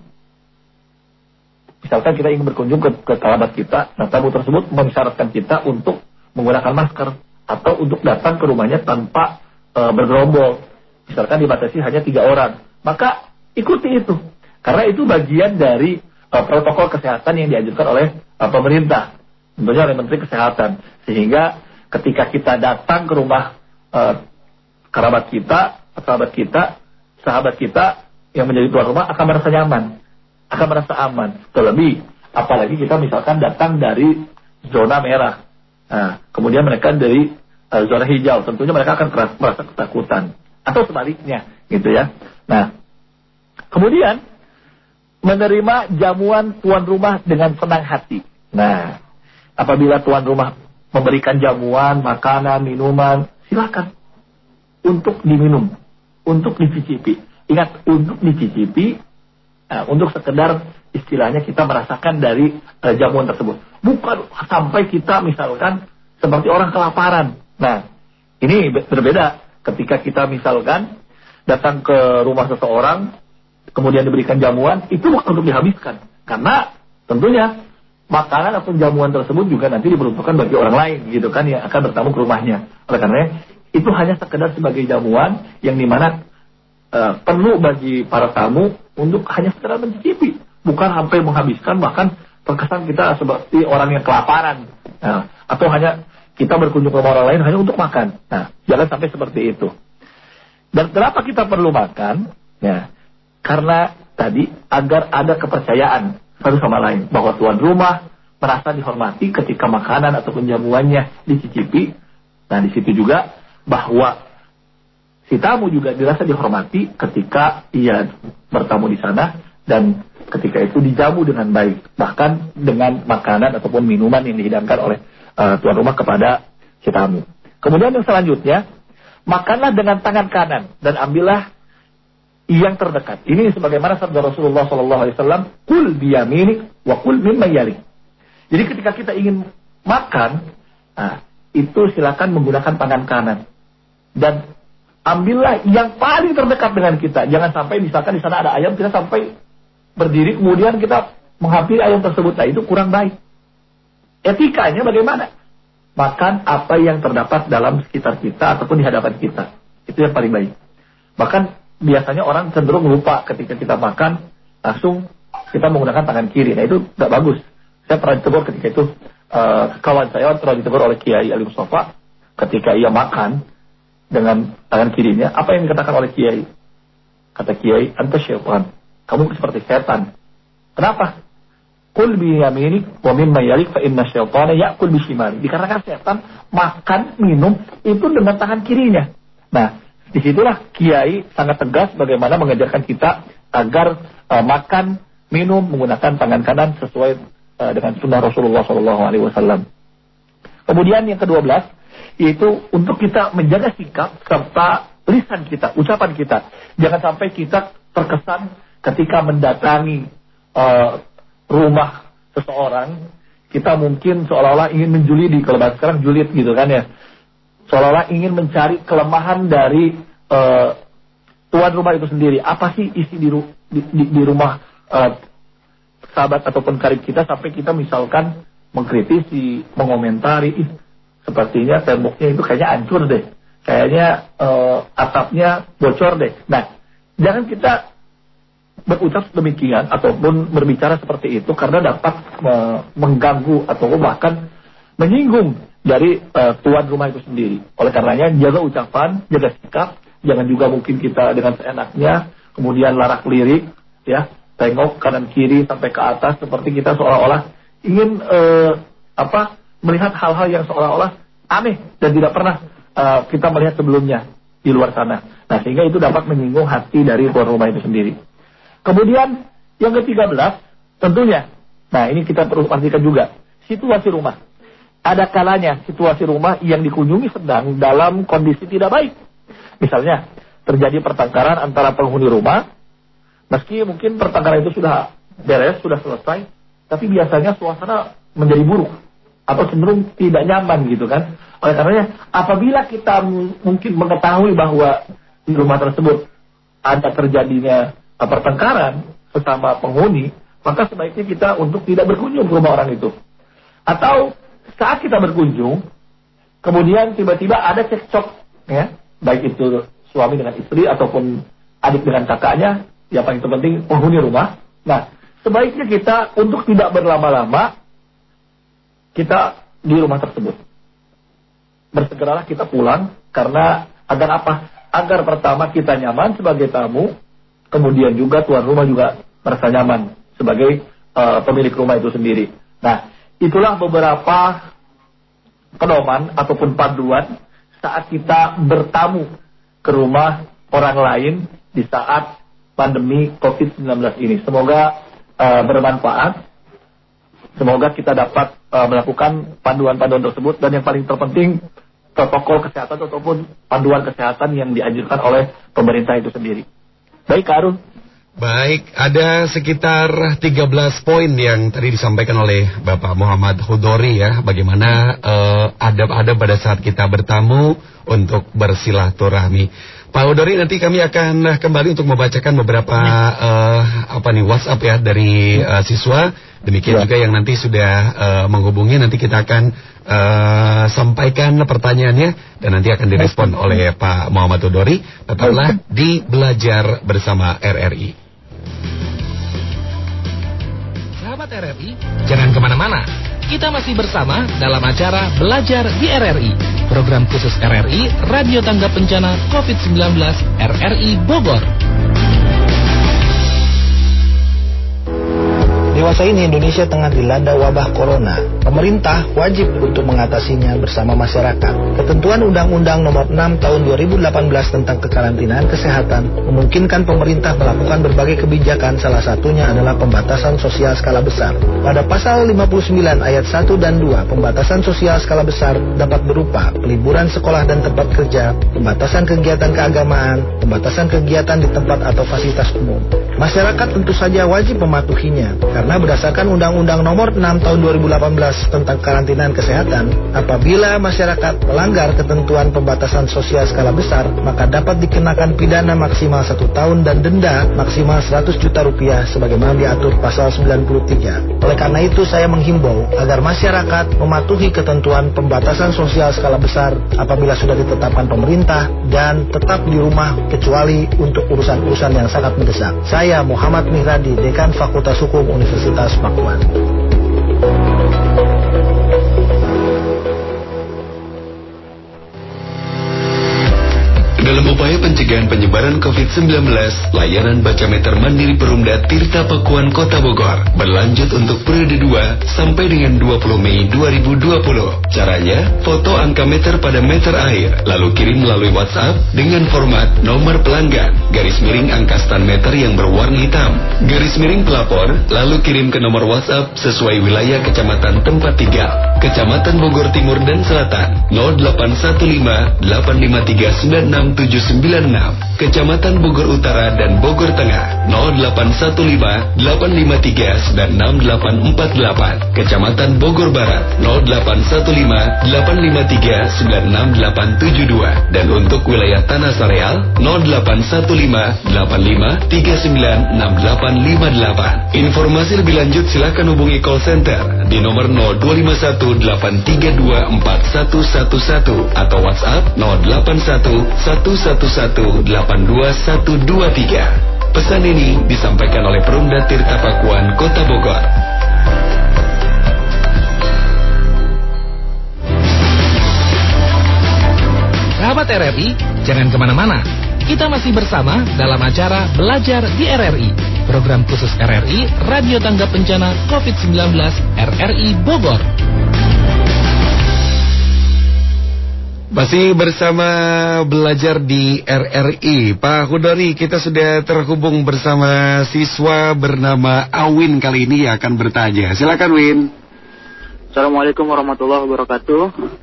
Misalkan kita ingin berkunjung ke kerabat kita, nah tamu tersebut mensyaratkan kita untuk menggunakan masker atau untuk datang ke rumahnya tanpa bergerombol. Misalkan dibatasi hanya 3 orang, maka ikuti itu. Karena itu bagian dari protokol kesehatan yang dianjurkan oleh pemerintah, tentunya oleh Menteri Kesehatan. Sehingga ketika kita datang ke rumah kerabat kita, sahabat kita yang menjadi tuan rumah akan merasa nyaman, akan merasa aman. Terlebih, apalagi kita misalkan datang dari zona merah, nah, kemudian mereka dari zona hijau, tentunya mereka akan merasa ketakutan. Atau sebaliknya, gitu ya. Nah, kemudian menerima jamuan tuan rumah dengan senang hati. Nah, apabila tuan rumah memberikan jamuan, makanan, minuman, silakan untuk diminum, untuk dicicipi. Ingat, untuk dicicipi, untuk sekedar istilahnya kita merasakan dari jamuan tersebut. Bukan sampai kita misalkan seperti orang kelaparan. Nah, ini berbeda ketika kita misalkan datang ke rumah seseorang, kemudian diberikan jamuan, itu bukan untuk dihabiskan. Karena tentunya makanan atau jamuan tersebut juga nanti diperuntukkan bagi orang lain, gitu kan, yang akan bertamu ke rumahnya. Oleh karena itu hanya sekedar sebagai jamuan yang dimana perlu bagi para tamu untuk hanya sekedar mencicipi, bukan sampai menghabiskan, bahkan terkesan kita seperti orang yang kelaparan. Nah, atau hanya kita berkunjung ke rumah orang lain hanya untuk makan. Nah, jangan sampai seperti itu. Dan kenapa kita perlu makan? Ya, karena tadi agar ada kepercayaan satu sama lain bahwa tuan rumah merasa dihormati ketika makanan atau jamuannya dicicipi. Nah, di situ juga bahwa si tamu juga dirasa dihormati ketika ia bertamu di sana dan ketika itu dijamu dengan baik, bahkan dengan makanan ataupun minuman yang dihidangkan oleh tuan rumah kepada si tamu. Kemudian yang selanjutnya, makanlah dengan tangan kanan dan ambillah yang terdekat. Ini sebagaimana sabda Rasulullah SAW, kul biyaminik wa kul mimma yalik. Jadi ketika kita ingin makan, nah, itu silakan menggunakan tangan kanan dan ambillah yang paling terdekat dengan kita. Jangan sampai misalkan di sana ada ayam, kita sampai berdiri kemudian kita menghampiri ayam tersebut. Nah, itu kurang baik. Etikanya bagaimana? Makan apa yang terdapat dalam sekitar kita ataupun di hadapan kita. Itu yang paling baik. Bahkan biasanya orang cenderung lupa ketika kita makan, langsung kita menggunakan tangan kiri. Nah, itu tidak bagus. Saya pernah ditegur ketika itu, kawan saya pernah ditegur oleh Kiai Ali Mustafa ketika ia makan dengan tangan kirinya. Apa yang dikatakan oleh Kiai? Kata Kiai, anta syaitan. Kamu seperti setan. Kenapa? Kul biyaminik wa mimma yalik fa inna syaitana ya'kul bishimali. Dikarenakan setan makan, minum itu dengan tangan kirinya. Nah, disitulah Kiai sangat tegas bagaimana mengajarkan kita agar makan, minum menggunakan tangan kanan sesuai dengan sunnah Rasulullah SAW. Kemudian yang ke-12 yaitu untuk kita menjaga sikap serta lisan kita, ucapan kita. Jangan sampai kita terkesan ketika mendatangi rumah seseorang, kita mungkin seolah-olah ingin menjulidi, kalau bahasa sekarang julid gitu kan ya, seolah-olah ingin mencari kelemahan dari tuan rumah itu sendiri. Apa sih isi di rumah sahabat ataupun karib kita, sampai kita misalkan mengkritisi, mengomentari, sepertinya temboknya itu kayaknya hancur deh, kayaknya atapnya bocor deh. Nah, jangan kita berucap demikian ataupun berbicara seperti itu karena dapat mengganggu atau bahkan menyinggung dari tuan rumah itu sendiri. Oleh karenanya jaga ucapan, jaga sikap, jangan juga mungkin kita dengan seenaknya kemudian larak lirik, ya, tengok kanan kiri sampai ke atas seperti kita seolah-olah ingin melihat hal-hal yang seolah-olah aneh dan tidak pernah kita melihat sebelumnya di luar sana. Nah, sehingga itu dapat menyinggung hati dari tuan rumah itu sendiri. Kemudian yang ke-13 tentunya, nah ini kita perlu pastikan juga, situasi rumah. Ada kalanya situasi rumah yang dikunjungi sedang dalam kondisi tidak baik. Misalnya terjadi pertengkaran antara penghuni rumah, meski mungkin pertengkaran itu sudah beres, sudah selesai, tapi biasanya suasana menjadi buruk atau cenderung tidak nyaman gitu kan. Oleh karenanya apabila kita mungkin mengetahui bahwa di rumah tersebut ada terjadinya pertengkaran sesama penghuni, maka sebaiknya kita untuk tidak berkunjung ke rumah orang itu. Atau saat kita berkunjung, kemudian tiba-tiba ada cekcok, ya, baik itu suami dengan istri ataupun adik dengan kakaknya, yang paling terpenting penghuni rumah. Nah, sebaiknya kita untuk tidak berlama-lama kita di rumah tersebut. Bersegeralah kita pulang, karena agar apa? Agar pertama kita nyaman sebagai tamu, kemudian juga tuan rumah juga merasa nyaman sebagai pemilik rumah itu sendiri. Nah, itulah beberapa pedoman ataupun panduan saat kita bertamu ke rumah orang lain di saat pandemi COVID-19 ini. Semoga bermanfaat. Semoga kita dapat melakukan panduan-panduan tersebut, dan yang paling terpenting protokol kesehatan ataupun panduan kesehatan yang dianjurkan oleh pemerintah itu sendiri. Baik, Kak Arun. Baik, ada sekitar 13 poin yang tadi disampaikan oleh Bapak Muhammad Hudori ya, bagaimana adab-adab pada saat kita bertamu untuk bersilaturahmi. Pak Hudori, nanti kami akan kembali untuk membacakan beberapa WhatsApp ya dari siswa. Demikian juga yang nanti sudah menghubungi, nanti kita akan sampaikan pertanyaannya dan nanti akan direspon oleh Pak Muhammad Hudori. Tetaplah di Belajar Bersama RRI. Sahabat RRI, jangan kemana-mana. Kita masih bersama dalam acara Belajar di RRI, program khusus RRI Radio Tanggap Bencana COVID-19 RRI Bogor. Dewasa ini Indonesia tengah dilanda wabah corona. Pemerintah wajib untuk mengatasinya bersama masyarakat. Ketentuan Undang-Undang Nomor 6 Tahun 2018 tentang kekarantinaan kesehatan memungkinkan pemerintah melakukan berbagai kebijakan, salah satunya adalah pembatasan sosial skala besar. Pada pasal 59 ayat 1 dan 2, pembatasan sosial skala besar dapat berupa peliburan sekolah dan tempat kerja, pembatasan kegiatan keagamaan, pembatasan kegiatan di tempat atau fasilitas umum. Masyarakat tentu saja wajib mematuhinya, karena berdasarkan Undang-Undang Nomor 6 Tahun 2018 tentang karantinaan kesehatan, apabila masyarakat melanggar ketentuan pembatasan sosial skala besar, maka dapat dikenakan pidana maksimal 1 tahun dan denda maksimal 100 juta rupiah sebagaimana diatur pasal 93. Oleh karena itu saya menghimbau agar masyarakat mematuhi ketentuan pembatasan sosial skala besar apabila sudah ditetapkan pemerintah dan tetap di rumah kecuali untuk urusan-urusan yang sangat mendesak. Saya Muhammad Mihradi, Dekan Fakultas Hukum Universitas Pakuan. Dalam upaya pencegahan penyebaran COVID-19, layanan baca meter mandiri Perumda Tirta Pakuan Kota Bogor berlanjut untuk periode 2 sampai dengan 20 Mei 2020. Caranya, foto angka meter pada meter air, lalu kirim melalui WhatsApp dengan format nomor pelanggan, garis miring angka stand meter yang berwarna hitam, garis miring pelapor, lalu kirim ke nomor WhatsApp sesuai wilayah kecamatan tempat tinggal. Kecamatan Bogor Timur dan Selatan 0815 853 96796, Kecamatan Bogor Utara dan Bogor Tengah 0815 853 96848, Kecamatan Bogor Barat 0815 853 96872, dan untuk wilayah Tanah Sareal 0815 85 396858. Informasi lebih lanjut silakan hubungi call center di nomor 0251 8324111 atau WhatsApp 081111822123. Pesan ini disampaikan oleh Perumda Tirta Pakuan Kota Bogor. Sahabat RRI, jangan kemana-mana. Kita masih bersama dalam acara Belajar di RRI, program khusus RRI Radio Tanggap Bencana COVID-19 RRI Bogor. Masih bersama Belajar di RRI. Pak Hudori, kita sudah terhubung bersama siswa bernama Awin kali ini yang akan bertanya. Silakan Win. Assalamualaikum warahmatullahi wabarakatuh.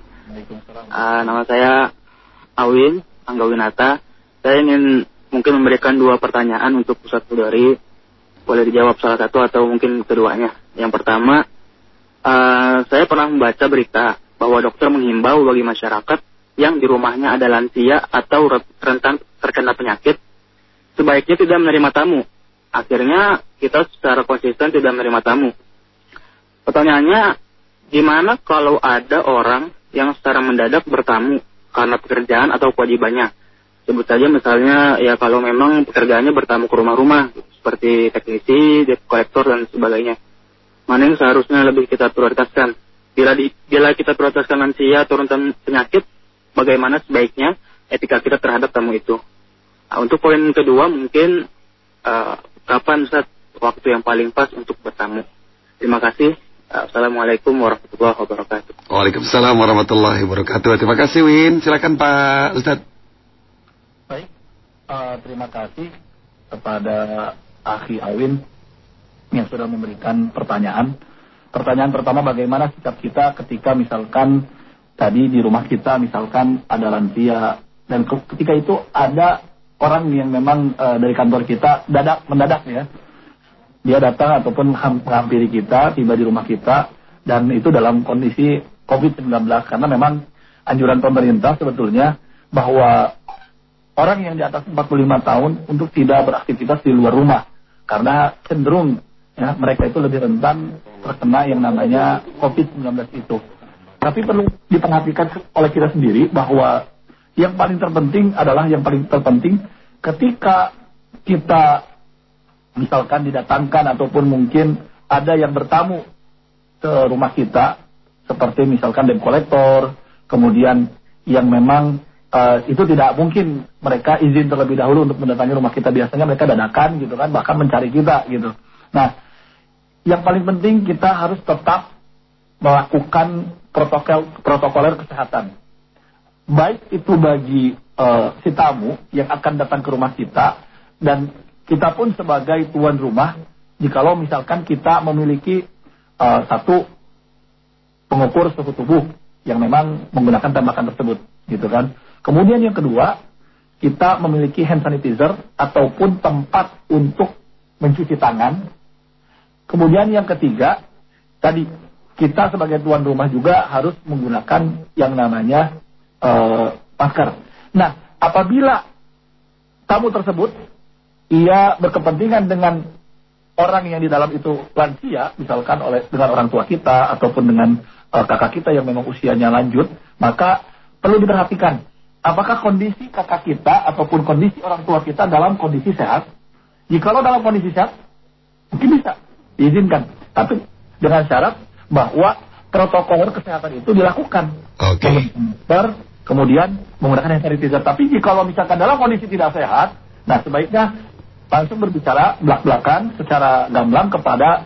Nama saya Awin Anggawinata. Saya ingin mungkin memberikan 2 pertanyaan untuk Ustadz Hudori. Boleh dijawab salah satu atau mungkin keduanya. Yang pertama, saya pernah membaca berita bahwa dokter menghimbau bagi masyarakat yang di rumahnya ada lansia atau rentan terkena penyakit, sebaiknya tidak menerima tamu. Akhirnya kita secara konsisten tidak menerima tamu. Pertanyaannya, gimana kalau ada orang yang secara mendadak bertamu karena pekerjaan atau kewajibannya? Sebut saja misalnya, ya kalau memang pekerjaannya bertamu ke rumah-rumah, seperti teknisi, debt collector, dan sebagainya. Mana yang seharusnya lebih kita prioritaskan? Bila kita prioritaskan lansia atau rentan penyakit, bagaimana sebaiknya etika kita terhadap tamu itu? Untuk poin kedua mungkin kapan waktu yang paling pas untuk bertamu? Terima kasih. Assalamualaikum warahmatullahi wabarakatuh. Waalaikumsalam warahmatullahi wabarakatuh. Terima kasih Win. Silakan Pak Ustadz. Baik, terima kasih kepada Akhi Awin yang sudah memberikan pertanyaan. Pertanyaan pertama, bagaimana sikap kita ketika misalkan tadi di rumah kita misalkan ada lansia, dan ketika itu ada orang yang memang dari kantor kita mendadak ya, dia datang ataupun menghampiri kita, tiba di rumah kita, dan itu dalam kondisi COVID-19, karena memang anjuran pemerintah sebetulnya bahwa orang yang di atas 45 tahun untuk tidak beraktivitas di luar rumah, karena cenderung ya, mereka itu lebih rentan terkena yang namanya COVID-19 itu. Tapi perlu diperhatikan oleh kita sendiri bahwa yang paling terpenting adalah ketika kita misalkan didatangkan ataupun mungkin ada yang bertamu ke rumah kita, seperti misalkan debt collector, kemudian yang memang itu tidak mungkin mereka izin terlebih dahulu untuk mendatangi rumah kita. Biasanya mereka dadakan gitu kan, bahkan mencari kita gitu. Nah, yang paling penting kita harus tetap melakukan protokoler kesehatan. Baik itu bagi si tamu yang akan datang ke rumah kita, dan kita pun sebagai tuan rumah, jikalau misalkan kita memiliki satu pengukur suhu tubuh yang memang menggunakan tembakan tersebut, gitu kan. Kemudian yang kedua, kita memiliki hand sanitizer ataupun tempat untuk mencuci tangan. Kemudian yang ketiga, tadi kita sebagai tuan rumah juga harus menggunakan yang namanya masker. Nah, apabila tamu tersebut ia berkepentingan dengan orang yang di dalam itu lansia, misalkan dengan orang tua kita ataupun dengan kakak kita yang memang usianya lanjut, maka perlu diperhatikan apakah kondisi kakak kita ataupun kondisi orang tua kita dalam kondisi sehat. Jikalau dalam kondisi sehat, mungkin bisa diizinkan, tapi dengan syarat bahwa protokol kesehatan itu dilakukan. Oke. Kemudian menggunakan hand sanitizer. Tapi jikalau misalkan dalam kondisi tidak sehat, nah sebaiknya langsung berbicara belak-belakan secara gamblang kepada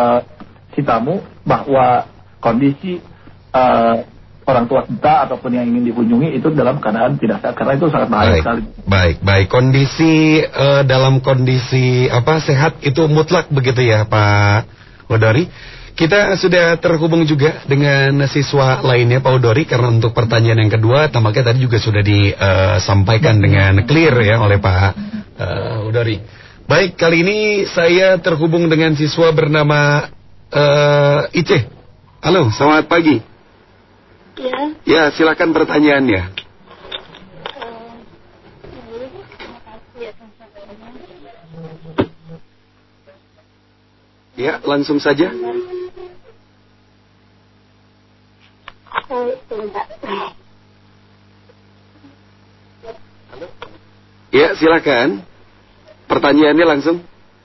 si tamu bahwa kondisi orang tua kita ataupun yang ingin dikunjungi itu dalam keadaan tidak sehat, karena itu sangat bahaya sekali. Baik. Kondisi dalam kondisi sehat itu mutlak begitu ya, Pak Udori. Kita sudah terhubung juga dengan siswa lainnya, Pak Udori, karena untuk pertanyaan yang kedua tampaknya tadi juga sudah disampaikan dengan clear ya oleh Pak Udori. Baik, kali ini saya terhubung dengan siswa bernama Ice. Halo, selamat pagi. Ya, silakan pertanyaannya. Ya, langsung saja. Ya, silakan. Pertanyaannya langsung.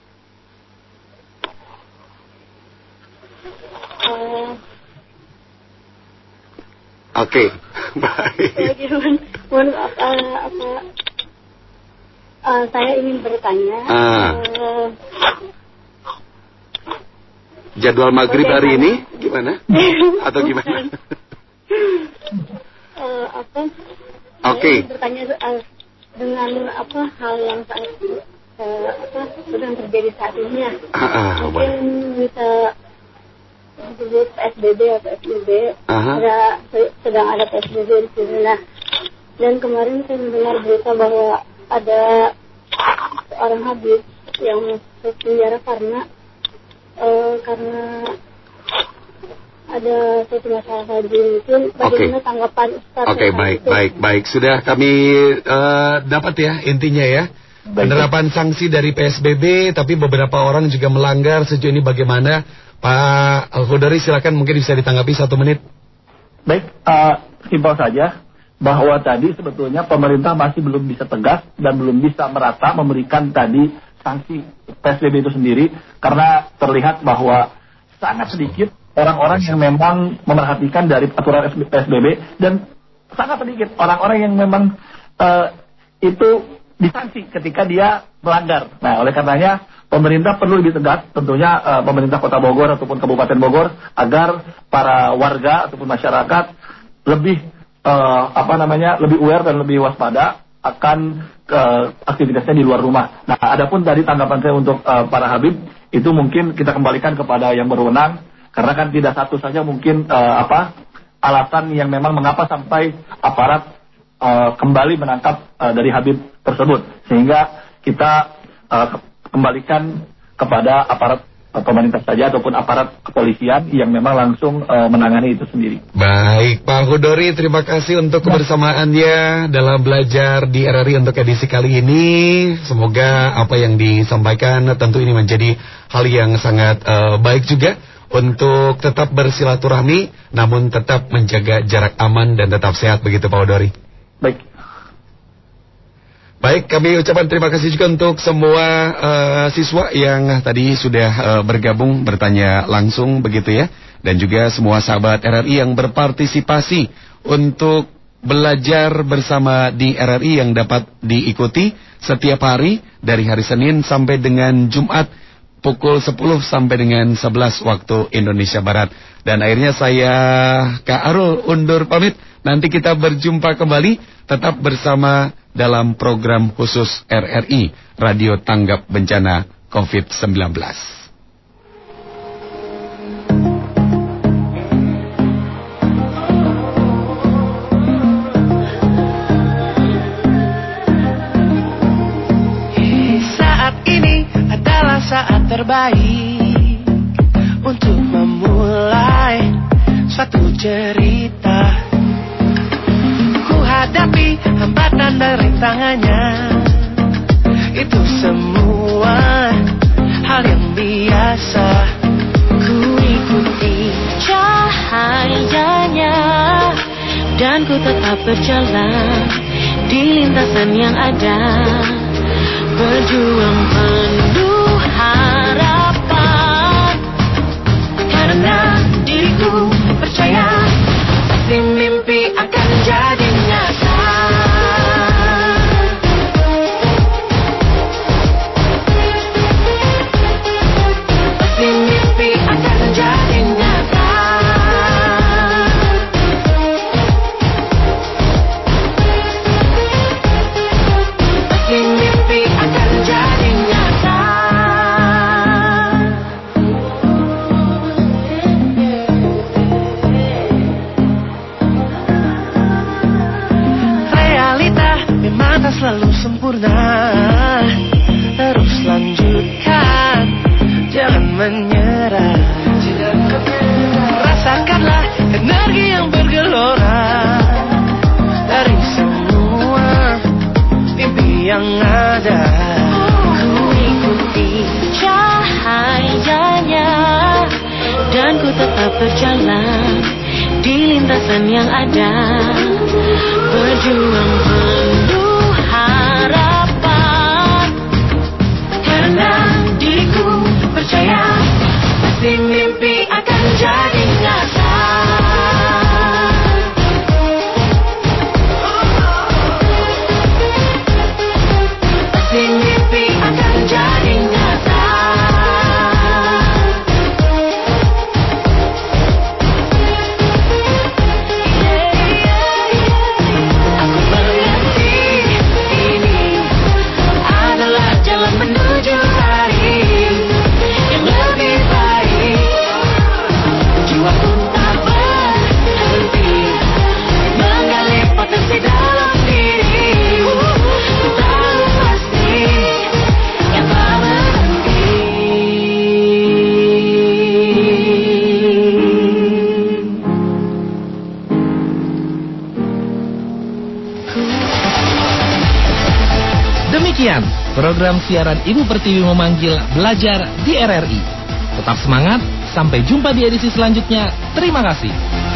Oke, baik. Mohon saya ingin bertanya. Jadwal maghrib hari ini gimana? Atau gimana? Oke. Bertanya dengan hal yang sedang terjadi saat ini ya. Mungkin bisa disebut PSBB atau PSBB, sedang ada PSBB di sini. Nah, dan kemarin saya mendengar berita bahwa ada seorang habib yang masuk penjara karena ada suatu masalah haji. Mungkin bagaimana tanggapan Ustaz? Oke, baik. Sudah kami dapat ya intinya ya. Penerapan sanksi dari PSBB, tapi beberapa orang juga melanggar. Sejauh ini bagaimana? Pak Al-Khudari, silakan, mungkin bisa ditanggapi 1 menit. Baik, simpel saja bahwa tadi sebetulnya pemerintah masih belum bisa tegas dan belum bisa merata memberikan tadi sanksi PSBB itu sendiri, karena terlihat bahwa sangat sedikit orang-orang yang memang memerhatikan dari aturan PSBB, dan sangat sedikit orang-orang yang memang itu disanksi ketika dia melanggar. Nah, oleh karenanya pemerintah perlu lebih tegas, tentunya pemerintah Kota Bogor ataupun Kabupaten Bogor, agar para warga ataupun masyarakat lebih lebih aware dan lebih waspada akan aktivitasnya di luar rumah. Nah, adapun tadi tanggapan saya untuk para habib itu mungkin kita kembalikan kepada yang berwenang, karena kan tidak satu saja mungkin alasan yang memang mengapa sampai aparat kembali menangkap dari habib tersebut, sehingga kita kembalikan kepada aparat pemerintah saja ataupun aparat kepolisian yang memang langsung menangani itu sendiri. Baik, Pak Hudori, terima kasih untuk kebersamaannya dalam belajar di RRI untuk edisi kali ini. Semoga apa yang disampaikan tentu ini menjadi hal yang sangat baik juga untuk tetap bersilaturahmi, namun tetap menjaga jarak aman dan tetap sehat, begitu Pak Hudori. Baik, kami ucapkan terima kasih juga untuk semua siswa yang tadi sudah bergabung bertanya langsung begitu ya. dan juga semua sahabat RRI yang berpartisipasi untuk belajar bersama di RRI yang dapat diikuti setiap hari dari hari Senin sampai dengan Jumat pukul 10 sampai dengan 11 waktu Indonesia Barat. Dan akhirnya saya Kak Arul undur pamit. Nanti kita berjumpa kembali tetap bersama dalam program khusus RRI Radio Tanggap Bencana COVID-19. Saat terbaik untuk memulai suatu cerita. Ku hadapi hambatan dan rintangannya, itu semua hal yang biasa. Ku ikuti cahayanya dan ku tetap berjalan di lintasan yang ada, berjuang penuh harapan, karena diriku percaya pasti mimpi akan jadi nyata. Pasti mimpi akan jadi nyata. Pasti mimpi akan jadi nyata. Tak selalu sempurna, terus lanjutkan, jangan menyerah. Rasakanlah energi yang bergelora dari semua mimpi yang ada. Ku ikuti cahayanya dan ku tetap berjalan di lintasan yang ada, berjuang penuh harapan, karena diriku percaya pasti mimpi akan jadi nyata. Pasti mimpi akan jadi nyata. Menuju hari yang lebih baik, jiwaku tak berhenti menggali potensi dalam diri. Ku tahu pasti yang tak berhenti. Demikian program siaran Ibu Pertiwi memanggil belajar di RRI. Tetap semangat, sampai jumpa di edisi selanjutnya. Terima kasih.